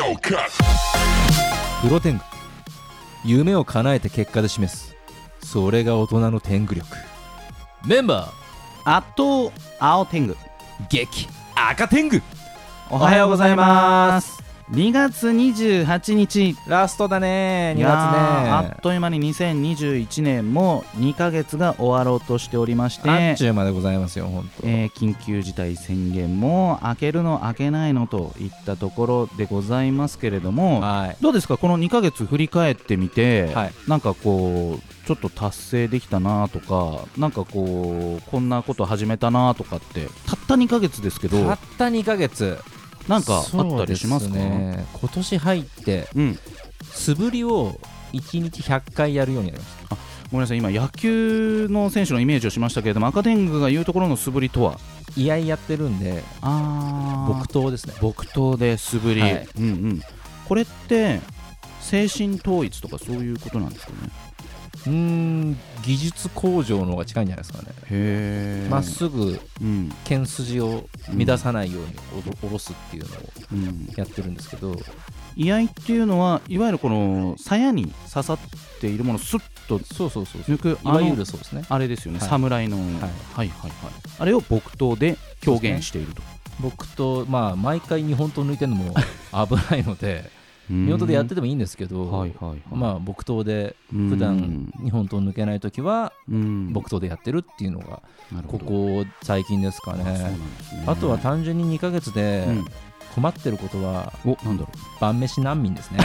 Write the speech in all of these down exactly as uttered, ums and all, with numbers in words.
プロテング、夢を叶えて結果で示す、それが大人の天狗力。メンバー圧倒青天狗、 激赤天狗。 おはようございます。にがつにじゅうはちにちラストだね。にがつね、 あっという間ににせんにじゅういちねんもにかげつが終わろうとしておりまして、 あっちゅうまでございますよ本当、 えー、緊急事態宣言も明けるの明けないのといったところでございますけれども、 はい、 どうですかこのにかげつ振り返ってみて、 はい、 なんかこうちょっと達成できたなとか、なんかこうこんなこと始めたなとかって、たったにかげつですけど、 たったにかげつなんかあったりしますか？ ね、今年入って、うん、素振りをいちにちひゃっかいやるようになりました。 あ、ごめんなさい、今野球の選手のイメージをしましたけれども、赤天狗が言うところの素振りとは居合やってるんで、あ木刀ですね。 木刀で素振り、はい、うんうん、これって精神統一とかそういうことなんですかね？ うーん、技術向上の方が近いんじゃないですかね。 へー、 まっすぐ、うん、剣筋を乱さないように下ろすっていうのをやってるんですけど、うん、 居合っていうのはいわゆるこの鞘に刺さっているものをスッと抜く、 いわゆるそうですね、 あれですよね、はい、侍の、はい、はいはいはい、あれを木刀で表現していると。 木刀、まあ毎回日本刀抜いてるのも危ないので日本刀でやっててもいいんですけど、はいはいはい、まあ木刀で普段日本刀抜けないときは木刀でやってるっていうのがここ最近ですかね。 あ, ねあとは単純ににかげつで困ってることは、 うん、お、なんだろう、 晩飯難民ですね。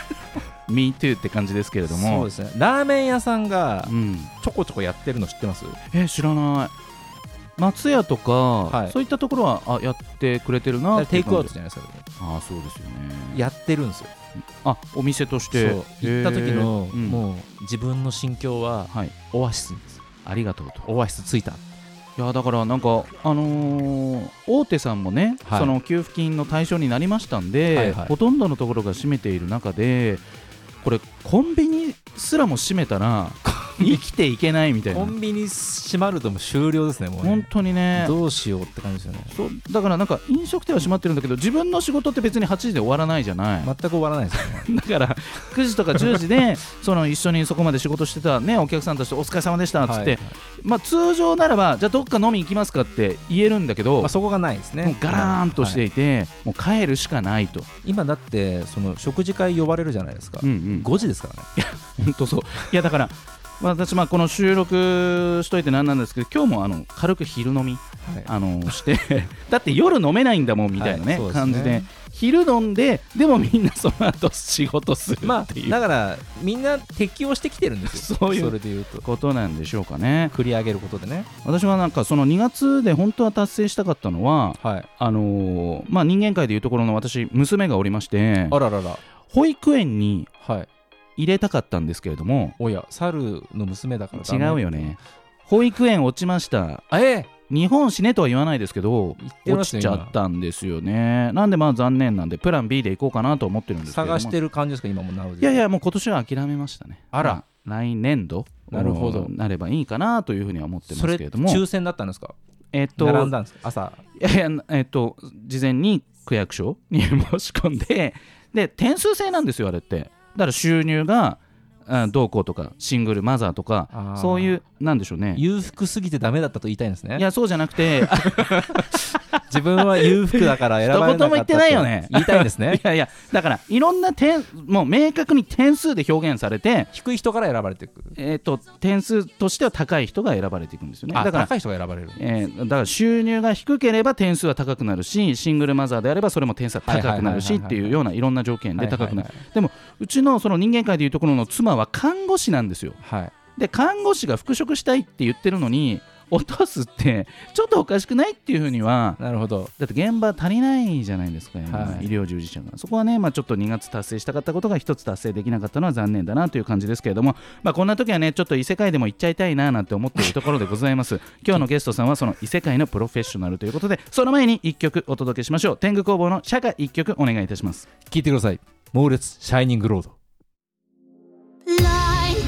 Me too って感じですけれども、 そうですね、ラーメン屋さんがちょこちょこやってるの知ってます？ え、知らない。松屋とか、はい、そういったところはあやってくれてるなって。 テイクアウトじゃないですか。 ああ、そうですよね。 やってるんですよ。 あ、お店としてそう行った時の、うん、もう自分の心境は、はい、オアシスです。 ありがとうと。 オアシスついた。いやだからなんかあのー、大手さんもね、はい、その給付金の対象になりましたんで、はいはい、ほとんどのところが占めている中で、これコンビニすらも閉めたら生きていけないみたいな。 コンビニ閉まるともう終了ですね。もうね、 本当にね、 どうしようって感じですよね。 そうだからなんか飲食店は閉まってるんだけど、自分の仕事って別にはちじで終わらないじゃない。 全く終わらないですよね。 だからくじとかじゅうじでその一緒にそこまで仕事してた、ね、お客さんたちとお疲れ様でしたっつって、はいはい、まあ、通常ならばじゃあどっか飲み行きますかって言えるんだけど、 まあ、そこがないですね。 もうガラーンとしていて、はい、もう帰るしかないと。 今だってその食事会呼ばれるじゃないですか、うんうん、ごじですからね。 いや本当そう。いやだから私、まあこの収録しといてなんなんですけど、今日もあの軽く昼飲み、はい、あのしてだって夜飲めないんだもんみたいな、ね、はい、ね、感じで昼飲んで、でもみんなその後仕事するっていう、まあ、 だからみんな適応してきてるんですよ。 そういうそれでいうとことなんでしょうかね。 繰り上げることでね。 私はなんかそのにがつで本当は達成したかったのは、はい、あのーまあ、人間界でいうところの私娘がおりまして、 あららら、 保育園に、はい、入れたかったんですけれども、 おや、猿の娘だからダメ。 違うよね。保育園落ちました。 ええ、 日本死ねとは言わないですけど、落ちちゃったんですよね。なんでまあ残念なんでプラン B で行こうかなと思ってるんですけども。 探してる感じですか今も？なるほど。 いやいや、もう今年は諦めましたね。 あら、 まあ、来年度なるほどなればいいかなというふうには思ってますけれども。 それ抽選だったんですか？ えっと並んだんですか朝？ いやいや、えっと事前に区役所に申し込んで、で点数制なんですよあれって。だから収入がどうこうとかシングルマザーとか、そういうなんでしょうね、 裕福すぎてダメだったと言いたいんですね。 いやそうじゃなくて自分は裕福だから選ばれなかったと一言も言ってないよね。 言いたいんですね。 いやいや、だからいろんな点、もう明確に点数で表現されて、 低い人から選ばれていく、 えー、と点数としては高い人が選ばれていくんですよね。 あ、 だから高い人が選ばれる、 えー、だから収入が低ければ点数は高くなるし、シングルマザーであればそれも点数は高くなるしっていうようないろんな条件で高くなる。でもうちのその人間界でいうところの妻は看護師なんですよ、はい、で看護師が復職したいって言ってるのに落とすってちょっとおかしくないっていうふうには。 なるほど。 だって現場足りないじゃないですか、はい、医療従事者が。そこはね、まあ、ちょっとにがつ達成したかったことが一つ達成できなかったのは残念だなという感じですけれども、まあ、こんな時はねちょっと異世界でも行っちゃいたいななんて思っているところでございます。今日のゲストさんはその異世界のプロフェッショナルということで、その前にいっきょくお届けしましょう。天狗工房の社歌いっきょくお願いいたします。 聴いてください。猛烈シャイニングロード。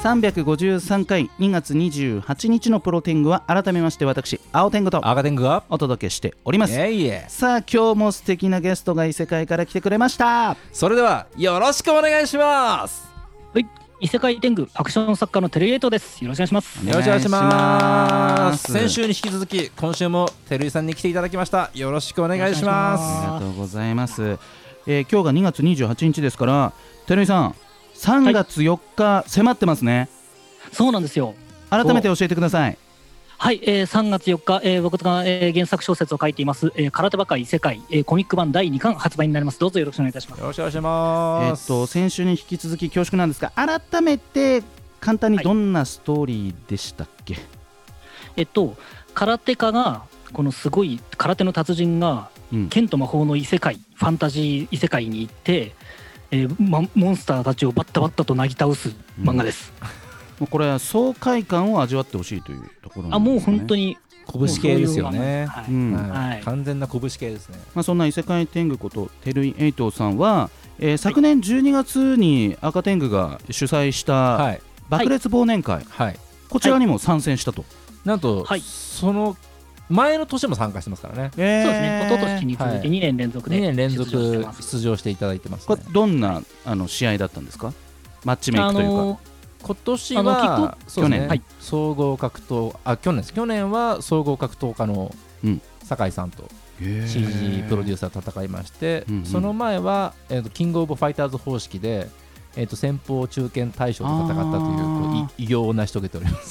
さんびゃくごじゅうさんかいにがつにじゅうはちにちのプロ天狗は改めまして私青天狗と赤天狗がお届けしております。 いえいえ。 さあ今日も素敵なゲストが異世界から来てくれました。 それではよろしくお願いします。 はい、異世界天狗アクション作家のテルイエイトです。よろしくお願いします。 よろしくお願いします。先週に引き続き今週もテルイさんに来ていただきました。よろしくお願いします。 ありがとうございます。えー、今日がにがつにじゅうはちにちですからテルイさんさんがつよっか迫ってますね。 そうなんですよ。 改めて教えてください。 はい、えー、さんがつよっか、えー、僕が、えー、原作小説を書いています、えー、空手バカ異世界、えー、コミック版だいにかん発売になります。どうぞよろしくお願いいたします。 よろしくお願いします。 えー、と先週に引き続き恐縮なんですが改めて簡単にどんなストーリーでしたっけ？はい、 えっと空手家がこのすごい空手の達人が、うん、剣と魔法の異世界ファンタジー異世界に行って、えーま、モンスターたちをバッタバッタとなぎ倒す漫画です。 うん、これは爽快感を味わってほしいというところなんですかね。 あ、もう本当に拳系ですよね。 はいうんはい、完全な拳系ですね。 まあ、そんな異世界天狗ことテルイエイトさんは、えー、昨年じゅうにがつに赤天狗が主催した爆裂忘年会、はいはい、こちらにも参戦したと、はい、 なんと、はい、その前の年も参加してますからね。 えー、そうですね。一昨年に続いてにねん連続でにねん連続出場していただいてます、ね。 これどんなあの試合だったんですか？マッチメイクというか。あのー今年は去年、はい、総合格闘あ去年です去年は総合格闘家の酒井さんと シージー プロデューサー戦いまして、うんうん、その前は、えーと、キングオブファイターズ方式で、えーと、先方中堅大将と戦ったというこう偉業を成し遂げております。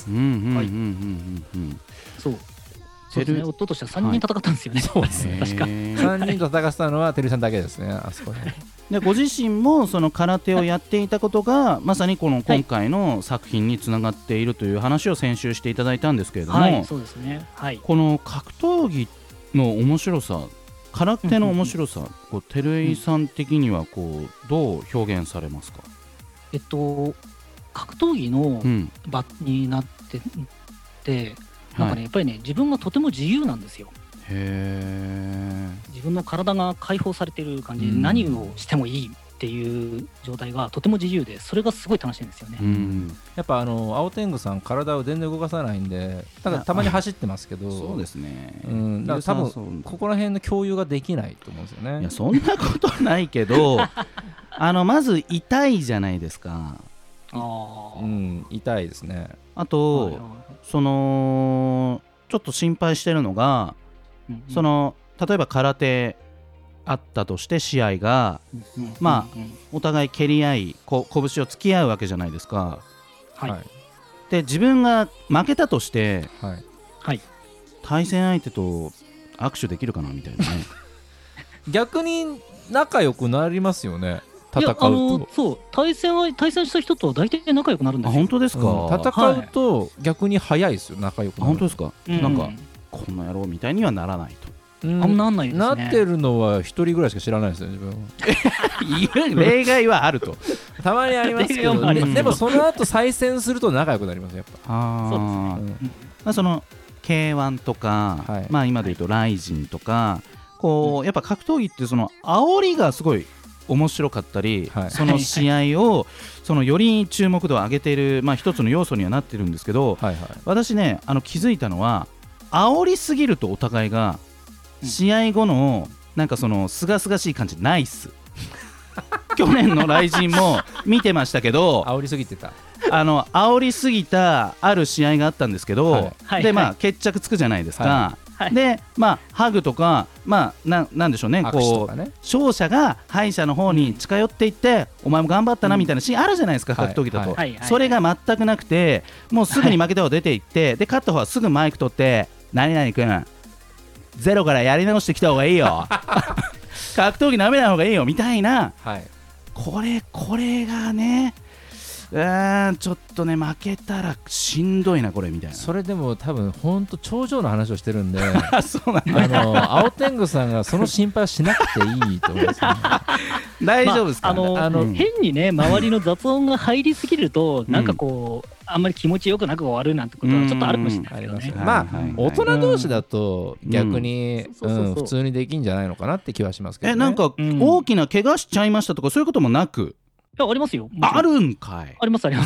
そうそうですね、夫としてはさんにん戦ったんですよね。はい、そうですね。確かさんにんと戦ったのはテルさんだけですね。あそこで。 でご自身もその空手をやっていたことがまさにこの今回の作品につながっているという話を先週していただいたんですけれども、はい、そうですね。はい、この格闘技の面白さ、空手の面白さ、こうテルイさん的にはこうどう表現されますか？ えっと格闘技の場になってて。なんかね、やっぱりね自分がとても自由なんですよ。へー。自分の体が解放されている感じで、うん、何をしてもいいっていう状態がとても自由でそれがすごい楽しいんですよね。うん、 やっぱあの青天狗さん体を全然動かさないんでだからたまに走ってますけどそうですね、 うん、だから多分ここら辺の共有ができないと思うんですよね。 いやそんなことないけどあのまず痛いじゃないですか。 あ、うん、痛いですね。 あと、はいはい、そのちょっと心配してるのが、うんうん、その例えば空手あったとして試合が、うんうん、まあ、うんうん、お互い蹴り合いこ拳を突き合うわけじゃないですか。はい、で自分が負けたとして、はいはい、対戦相手と握手できるかなみたいなね逆に仲良くなりますよね。戦うと。いや、あのそう対戦は対戦した人と大体仲良くなるんですよ。 あ、本当ですか、 うん、戦うと逆に早いですよ、仲良くなる。 本当ですか、うん、なんかこんな野郎みたいにはならないと、 うん、あんまなんないですね。 なってるのは一人ぐらいしか知らないですよ自分例外はあるとたまにありますけど、ね、でもその後再戦すると仲良くなりますやっぱ。 あそうですね、うんまあ、その ケーワン とか、はいまあ、今で言うとライジンとかこうやっぱ格闘技ってその煽りがすごい面白かったり、はい、その試合をそのより注目度を上げている、まあ、一つの要素にはなってるんですけど、はいはい、私ねあの気づいたのは煽りすぎるとお互いが試合後のなんかそのすがすがしい感じないっす去年のライジンも見てましたけど煽りすぎてたあの煽りすぎたある試合があったんですけど、はいはい、でまあ決着つくじゃないですか、はいはい、でまあハグとかまあ な, なんでしょうねこう、ね、勝者が敗者の方に近寄っていって、うん、お前も頑張ったなみたいなシーンあるじゃないですか、うん、格闘技だと、はいはい、それが全くなくてもうすぐに負けた方出ていって、はい、で勝った方はすぐマイク取って何々君ゼロからやり直してきた方がいいよ格闘技なめない方がいいよみたいな、はい、これこれがねうーんちょっとね負けたらしんどいなこれみたいな。 それでも多分本当頂上の話をしてるんでそうなんだあの青天狗さんがその心配はしなくていいと思います、ね、 大丈夫ですか、 まあ、あのあの、うん、変にね周りの雑音が入りすぎるとなんかこう、うんあんまり気持ちよくなく終わるなんてことはちょっとあるかもしれないですけどね。 まあ大人同士だと逆に普通にできんじゃないのかなって気はしますけどね。 えなんか大きな怪我しちゃいましたとかそういうこともなく。 いやありますよ。 あるんかい。 ありますあります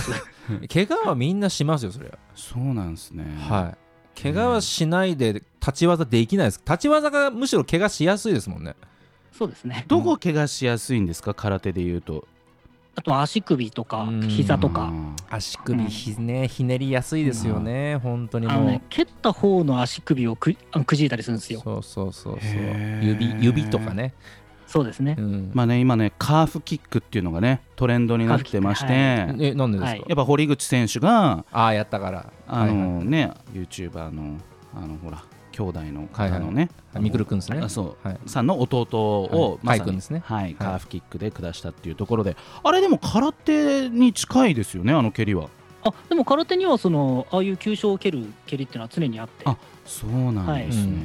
怪我はみんなしますよそれは。 そうなんですね。 はい、怪我はしないで立ち技できないです。立ち技がむしろ怪我しやすいですもんね。 そうですね。 どこ怪我しやすいんですか、空手でいうと。 あと足首とか膝とか。 足首ひ、ね、ひねりやすいですよね、うん、本当にもう、ね、 蹴った方の足首を く, くじいたりするんですよ。 そうそうそうそう、指, 指とかね。 そうですね、 うん、 まあね、今ねカーフキックっていうのがねトレンドになってまして、はい、 えなんでですか。 やっぱ堀口選手があやったからあの、はいはい、ね YouTuber のあのほら兄弟の方のね、 はいはい、みくるくんですね。 あそう、はい、さんの弟を、はい、 まさに、ですね、 はい、カーフキックで下したっていうところで、はい、あれでも空手に近いですよね、あの蹴りは。 あでも空手にはそのああいう急所を蹴る蹴りっていうのは常にあって。 あそうなんですね、はい、うん、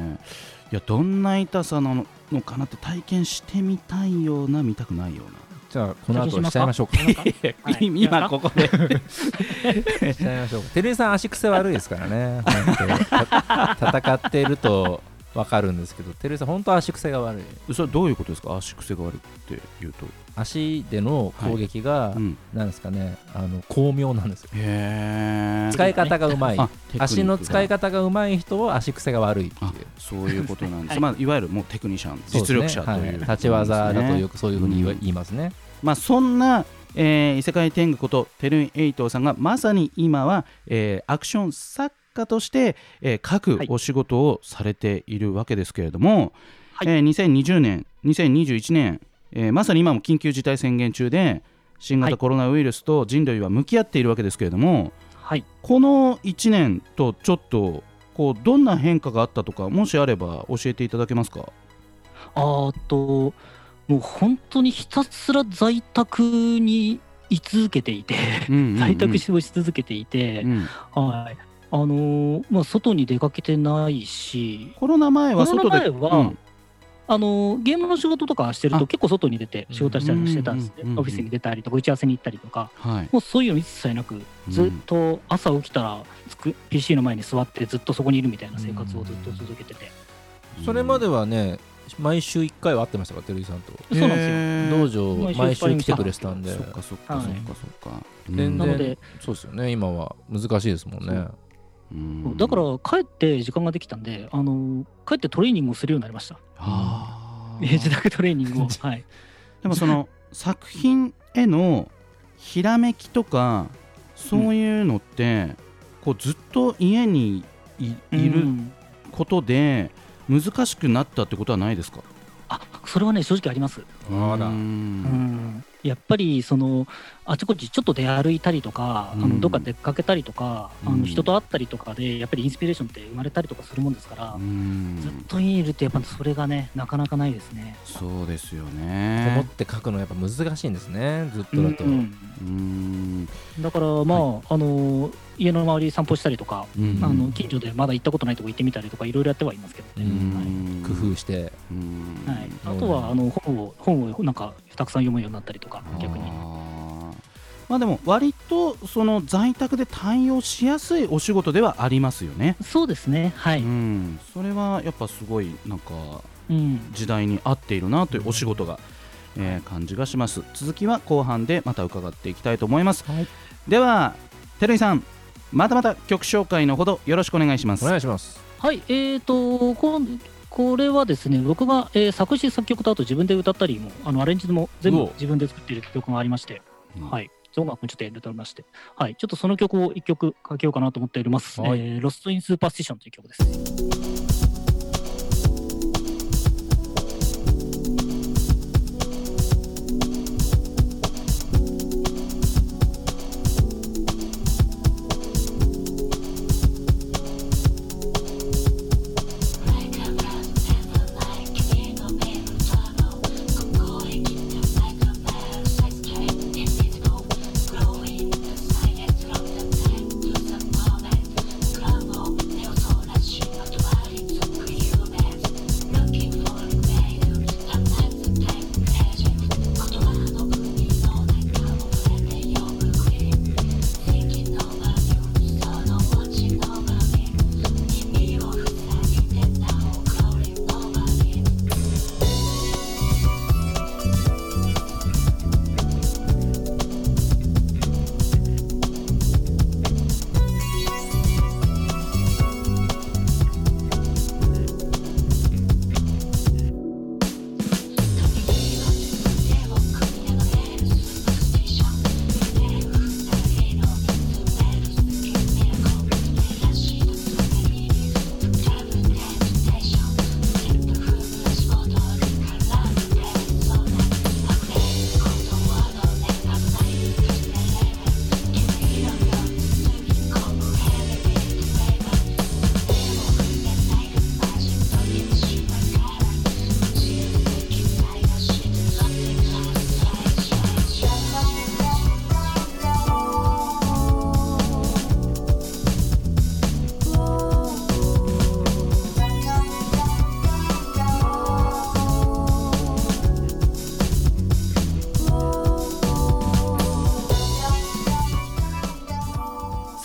いやどんな痛さなのかなって体験してみたいような見たくないような。 じゃあこの後しちゃいましょうか。 はい、今ここでしちゃいましょうか。照井さん足癖悪いですからね戦っていると分かるんですけど、照井さん本当足癖が悪い。 それはどういうことですか、足癖が悪いっていうと。 足での攻撃が、はい、うん、なんですかね、あの巧妙なんですよ。 へ使い方がうまい、足の使い方がうまい人は足癖が悪いっていう、 そういうことなんです、はい、まあ、いわゆるもうテクニシャン、実力者という、ね、はい、 立ち技だとよくそういうふうに言いますね、うん、 まあ、そんな、えー、異世界天狗こと照井栄東さんがまさに今は、えー、アクション作家として、えー、各お仕事をされているわけですけれども、はい、えー、にせんにじゅうねんにせんにじゅういちねん、えー、まさに今も緊急事態宣言中で新型コロナウイルスと人類は向き合っているわけですけれども、はい、このいちねんとちょっとこうどんな変化があったとか、もしあれば教えていただけますか。 あともう本当にひたすら在宅に居続けていて在宅し続けていて、うん、はい、あのーまあ、外に出かけてないし、 コロナ前は外で、 コロナ前は、うん、あのー、ゲームの仕事とかしてると結構外に出て仕事したりもしてたんですね、うんうんうんうん、オフィスに出たりとか打ち合わせに行ったりとか、はい、もうそういうの一切なく、ずっと朝起きたらつく ピーシー の前に座ってずっとそこにいるみたいな生活をずっと続けてて、 うん、それまではね毎週いっかいは会ってましたか、照井さんと。 そうなんですよ、 道場毎週来てくれてたんで。 そっかそっかそっかそっか、 全然そうですよね、今は難しいですもんね。 うん、だから帰って時間ができたんで、あの帰ってトレーニングをするようになりました。あ自宅トレーニングをはい。 でもその作品へのひらめきとかそういうのって、うん、こうずっと家に い, いることで難しくなったってことはないですか。 あ、それはね正直あります。 あら、 うん、やっぱりそのあちこちちょっと出歩いたりとか、あのどっか出かけたりとか、あの人と会ったりとかでやっぱりインスピレーションって生まれたりとかするもんですから、ずっと家にいるってやっぱそれがねなかなかないですね。 そうですよね。 こもって書くのはやっぱ難しいんですね、ずっとだと。うん、 うん、だからまあ、はい、あの家の周り散歩したりとか、うん、あの近所でまだ行ったことないとこ行ってみたりとかいろいろやってはいますけどね、 はい、工夫して、 はい、あとはあの本を本をなんかたくさん読むようになったりとか、逆に。 まあでも割とその在宅で対応しやすいお仕事ではありますよね。 そうですね、はい、うん、 それはやっぱすごいなんか時代に合っているなというお仕事が、えー、感じがします。続きは後半でまた伺っていきたいと思います、はい、では照井さん、またまた曲紹介のほどよろしくお願いします。 お願いします。 はい、えーとここれはですね、僕が、えー、作詞作曲とあと自分で歌ったりもあのアレンジも全部自分で作っている曲がありまして、はい、音楽もちょっとやりとりまして、はい、ちょっとその曲をいっきょくかけようかなと思っております。はい、えー、ロストインスーパースティションという曲です。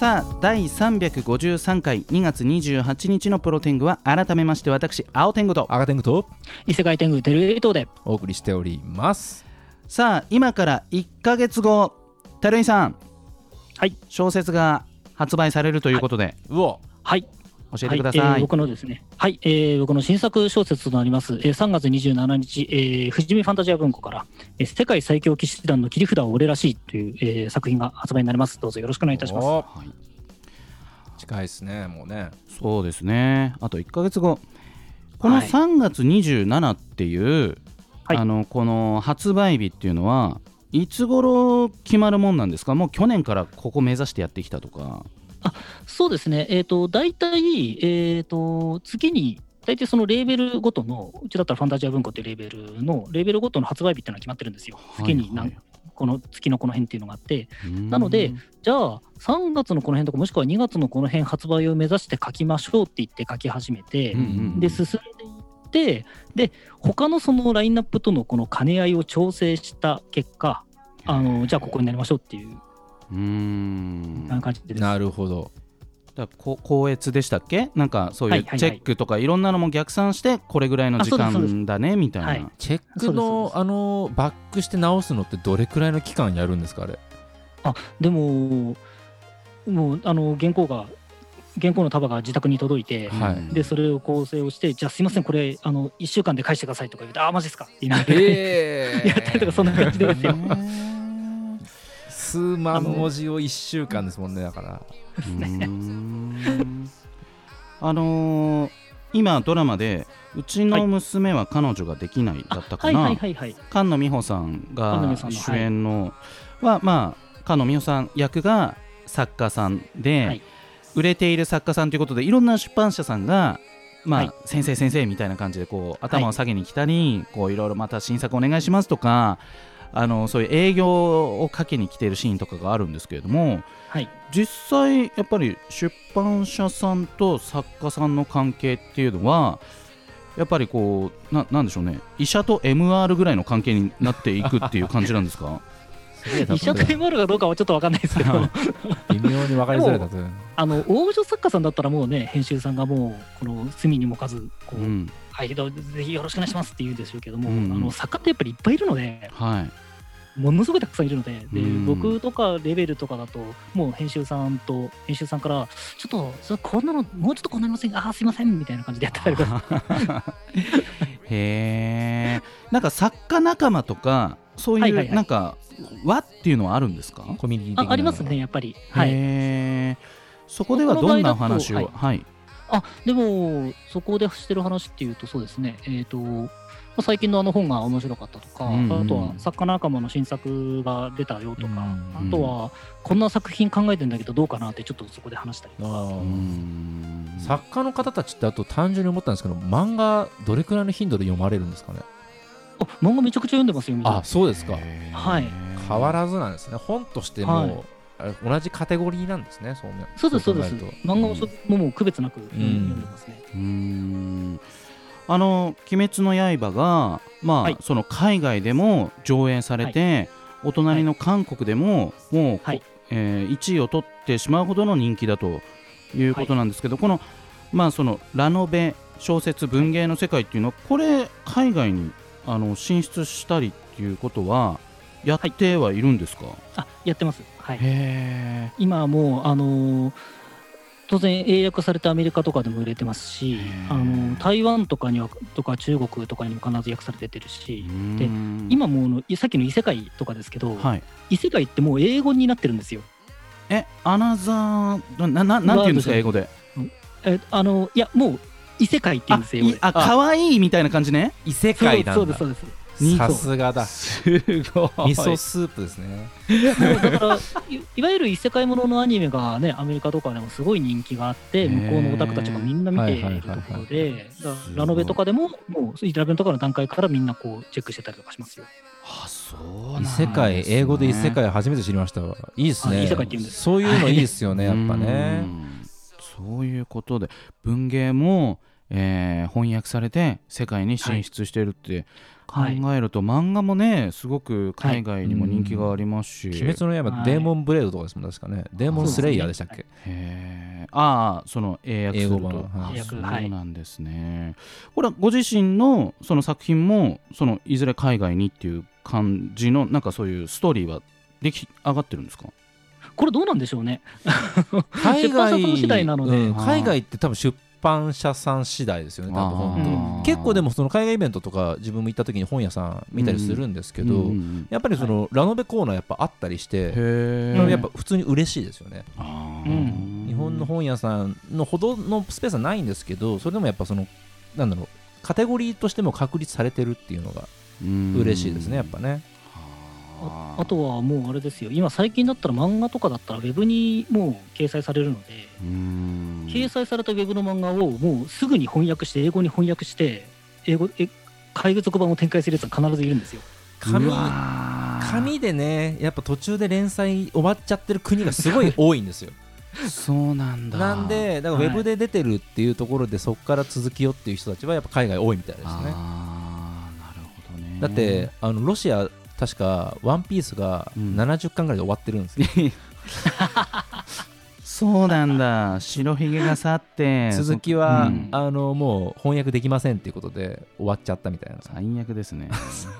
さあだいさんびゃくごじゅうさんかいにがつにじゅうはちにちのプロテングは改めまして私青天狗と赤天狗と異世界天狗テルエイトでお送りしております。 さあ今からいっかげつご、テルイさん、 はい、 小説が発売されるということで、はい、 うお、 はい、 教えてください。 はい、えー、僕のですね、はい、えー、僕の新作小説となります、えー、さんがつにじゅうしちにち、えー、富士見ファンタジア文庫から、えー、世界最強騎士団の切り札は俺らしいという、えー、作品が発売になります。どうぞよろしくお願いいたします。はい、 近いですね、もうね。 そうですね、あといっかげつご、このさんがつにじゅうしちっていう、はい、あのこの発売日っていうのはいつ頃決まるもんなんですか？もう去年からここ目指してやってきたとか。 あ、そうですね、えーと、大体、えーと、月に大体そのレーベルごとの、うちだったらファンタジア文庫っていうレーベルのレーベルごとの発売日っていうのが決まってるんですよ。月に何、はいはい、この月のこの辺っていうのがあって、なのでじゃあさんがつのこの辺とかもしくはにがつのこの辺発売を目指して書きましょうって言って書き始めて、うんうん、で進んでいってで他のそのラインナップとのこの兼ね合いを調整した結果、あのじゃあここになりましょうっていううーんな感じです。 なるほど。 だこ校閲でしたっけ？なんかそういうチェックとかいろんなのも逆算してこれぐらいの時間だねみたいな、はい、 チェックのあのバックして直すのってどれくらいの期間やるんですか？あれ。 あでももうあの原稿が原稿の束が自宅に届いて、はい、でそれを構成をしてじゃあすいませんこれあのいっしゅうかんで返してくださいとか言ってああマジですかって言いながら、えー、やったりとかそんな感じでですよ。 数万文字をいっしゅうかんですもんね。だからうーんあのー、今ドラマでうちの娘は彼女ができないだったかな、菅野美穂さんが主演のは、まあ菅野美穂さん役が作家さんで、はい、売れている作家さんということでいろんな出版社さんがまあ、はい、先生先生みたいな感じでこう頭を下げに来たり、はい、こういろいろまた新作お願いしますとかあのそういう営業をかけに来ているシーンとかがあるんですけれども、はい、実際やっぱり出版社さんと作家さんの関係っていうのはやっぱりこう な, なんでしょうね、医者と エムアール ぐらいの関係になっていくっていう感じなんですか？ 医者と エムアール がどうかはちょっと分かんないですけど微妙に分かりづらいだとあの大御所作家さんだったらもうね編集さんがもうこの隅にもかずこう、うん、はい、ぜひよろしくお願いしますって言うんでしょうけども、うんうん、あの作家ってやっぱりいっぱいいるので、はい、ものすごいたくさんいるので、で、うん、僕とかレベルとかだともう編集さんと編集さんからちょっとこんなのもうちょっとこうなりませんか、あーすいませんみたいな感じでやったりとかへー、なんか作家仲間とかそういう、はいはいはい、なんか輪っていうのはあるんですか？ コミュニティ的なあ, ありますねやっぱり、 はい、へそこではどんなお話を、はいはい、 あでもそこでしてる話っていうとそうですね、えーと最近のあの本が面白かったとか、うんうん、あとは作家仲間の新作が出たよとか、うんうん、あとはこんな作品考えてんだけどどうかなってちょっとそこで話したりとか、うん、 作家の方たちってあと単純に思ったんですけど漫画どれくらいの頻度で読まれるんですかね？ あ漫画めちゃくちゃ読んでますよ。 あ、そうですか。 はい、 変わらずなんですね。本としても、はい、同じカテゴリーなんですね。そうね、 そうですそうです。漫画もそももう区別なく読んでますね。 うん、うーんあの鬼滅の刃が、まあはい、その海外でも上演されて、はい、お隣の韓国でももう、はいえー、いちいを取ってしまうほどの人気だということなんですけど、はい、この、まあ、そのラノベ小説文芸の世界っていうのはこれ海外にあの進出したりっていうことはやってはいるんですか？はい、 あやってます、はい、へ今はもう、あのー、当然英訳されてアメリカとかでも売れてますし、あの台湾とかにはとか中国とかにも必ず訳されてるし、で今もうさっきの異世界とかですけど、はい、異世界ってもう英語になってるんですよ。 えアナザー な, な, なんて言うんですか英語で？ えあのいやもう異世界って言うんですよ。 あかわいいみたいな感じね。 異世界なんだ。 そうですそうです。 さすがだ。すごい。味噌スープですね。 だから い, いわゆる異世界もののアニメがねアメリカとかでもすごい人気があって向こうのオタクたちがみんな見ているところで、ラノベとかでももうラノベとかの段階からみんなこうチェックしてたりとかしますよ。 あそうなんですね。異世界英語で異世界初めて知りましたわ。いいですね。 異世界って言うんです。 そういうのいいですよねやっぱね。 そういうことで文芸もえー、翻訳されて世界に進出しているって考えると、はい、漫画もねすごく海外にも人気がありますし、 はい、鬼滅の刃、はい、デーモンブレードとかですもん確かね。デーモンスレイヤーでしたっけ、ね、 へああその英訳すると、 はい、 そうなんですね。これはご自身のその作品もそのいずれ海外にっていう感じのなんかそういうストーリーは出来上がってるんですか？ これどうなんでしょうね。 海外出版社さん次第なので、 うん、海外って多分出版社さん次第ですよね多分本当。結構でもその海外イベントとか自分も行った時に本屋さん見たりするんですけど、うん、やっぱりそのラノベコーナーやっぱあったりして、はい、やっぱ普通に嬉しいですよね。あ、うん、日本の本屋さんのほどのスペースはないんですけど、それでもやっぱそのなんだろうカテゴリーとしても確立されてるっていうのが嬉しいですねやっぱね。 あ, あとはもうあれですよ、今最近だったら漫画とかだったらウェブにもう掲載されるので、うーん掲載されたウェブの漫画をもうすぐに翻訳して英語に翻訳して英語え海賊版を展開するやつは必ずいるんですよ。 紙, 紙でねやっぱ途中で連載終わっちゃってる国がすごい多いんですよ。 そうなんだ。 なんでだからウェブで出てるっていうところで、はい、そこから続きよっていう人たちはやっぱ海外多いみたいですね。 あなるほどね。 だってあのロシア確かワンピースがななじゅっかんぐらいで終わってるんですよ、うん、 そうなんだ。白ひげが去って続きは、うん、あのもう翻訳できませんっていうことで終わっちゃったみたいな。 最悪ですね。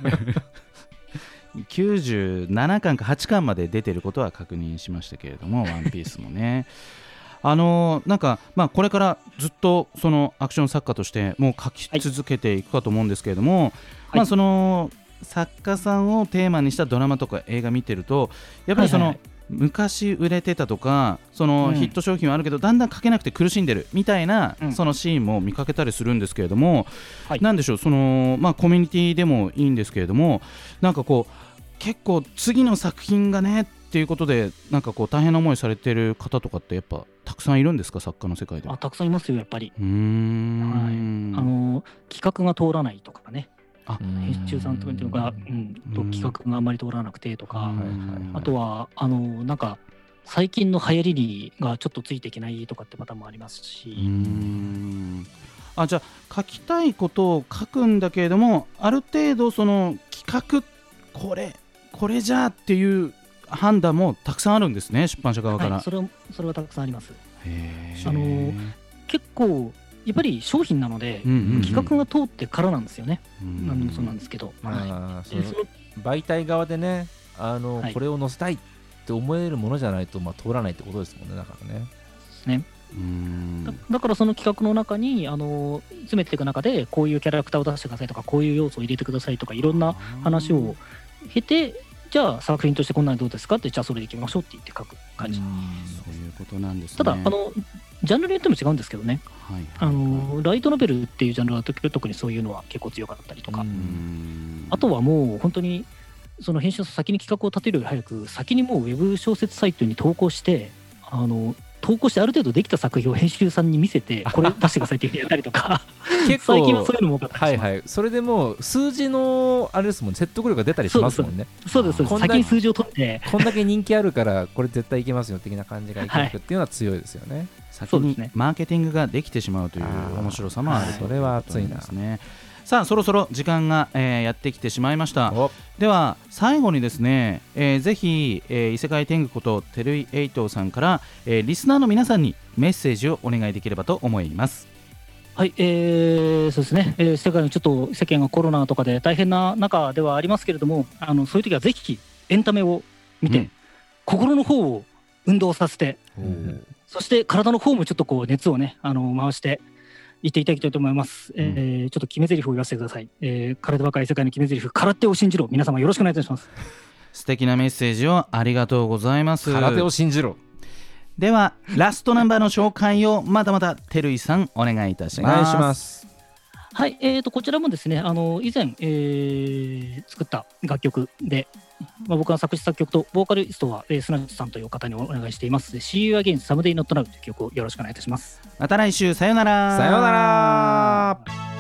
きゅうじゅうななかんかはちかんまで出てることは確認しましたけれどもワンピースもねあのなんか、まあ、これからずっとそのアクション作家としてもう書き続けていくかと思うんですけれども、はい、まあ、その作家さんをテーマにしたドラマとか映画見てるとやっぱりその、はいはいはい、昔売れてたとかそのヒット商品はあるけど、うん、だんだん書けなくて苦しんでるみたいな、うん、そのシーンも見かけたりするんですけれども、はい、なんでしょうその、まあ、コミュニティでもいいんですけれどもなんかこう結構次の作品がねっていうことでなんかこう大変な思いされてる方とかってやっぱたくさんいるんですか作家の世界では。 あたくさんいますよやっぱり。うーん、はい、あの企画が通らないとかね、あ編集さんとかっていうのが、うん、と企画があんまり通らなくてとか、あとはあのなんか最近の流行りにがちょっとついていけないとかってパターンもありますし。うーん、 あじゃあ書きたいことを書くんだけれどもある程度その企画これこれじゃっていう判断もたくさんあるんですね出版社側から。 はい、それはそれはたくさんあります。へあの結構やっぱり商品なので、うんうんうん、企画が通ってからなんですよね。何でもそうなんですけど、 はい、その媒体側でねあの、はい、これを載せたいって思えるものじゃないと、まあ、通らないってことですもんね。だからね。 ねうーん だ, だからその企画の中にあの詰めていく中でこういうキャラクターを出してくださいとかこういう要素を入れてくださいとかいろんな話を経てじゃあ作品としてこんなにどうですかってじゃあそれでいきましょうって言って書く感じ。 そういうことなんですね。 ただあのジャンルによっても違うんですけどね、はいはいはい、あのライトノベルっていうジャンルは特にそういうのは結構強かったりとか、あとはもう本当にその編集者先に企画を立てるより早く先にもうウェブ小説サイトに投稿してあの投稿してある程度できた作品を編集さんに見せてこれ出してくださいっていうふうにやったりとか結構最近はそういうのも多かったりします。 はいはい、それでもう数字のあれですもん、説得力が出たりしますもんね。 そうですそうです、先に数字を取ってこんだけ人気あるからこれ絶対いけますよ的な感じがいけるっていうのは強いですよね。はい、 先にマーケティングができてしまうという面白さもある、はい、 それは熱いなですね。さあそろそろ時間が、えー、やってきてしまいました。では最後にですね、えー、ぜひ、えー、異世界天狗こと照井栄東さんから、えー、リスナーの皆さんにメッセージをお願いできればと思います。 はい、えー、そうですね、えー、世界のちょっと世間がコロナとかで大変な中ではありますけれども、あのそういう時はぜひエンタメを見て、うん、心の方を運動させて、うん、そして体の方もちょっとこう熱をねあの回して言っていただきたいと思います。うん、えー、ちょっと決め台詞を言わせてください。えー、体ばかり世界の決め台詞、空手を信じろ。皆様よろしくお願いいたします。 素敵なメッセージをありがとうございます。 空手を信じろ。 ではラストナンバーの紹介をまだまだ照井さんお願いいたします。 お願いします。 はい、えー、とこちらもですねあの以前、えー、作った楽曲で、まあ、僕が作詞作曲とボーカリストは、えー、砂地さんという方にお願いしています。 See You Again Someday Not Now という曲をよろしくお願いいたします。 また来週さよなら。 さよなら。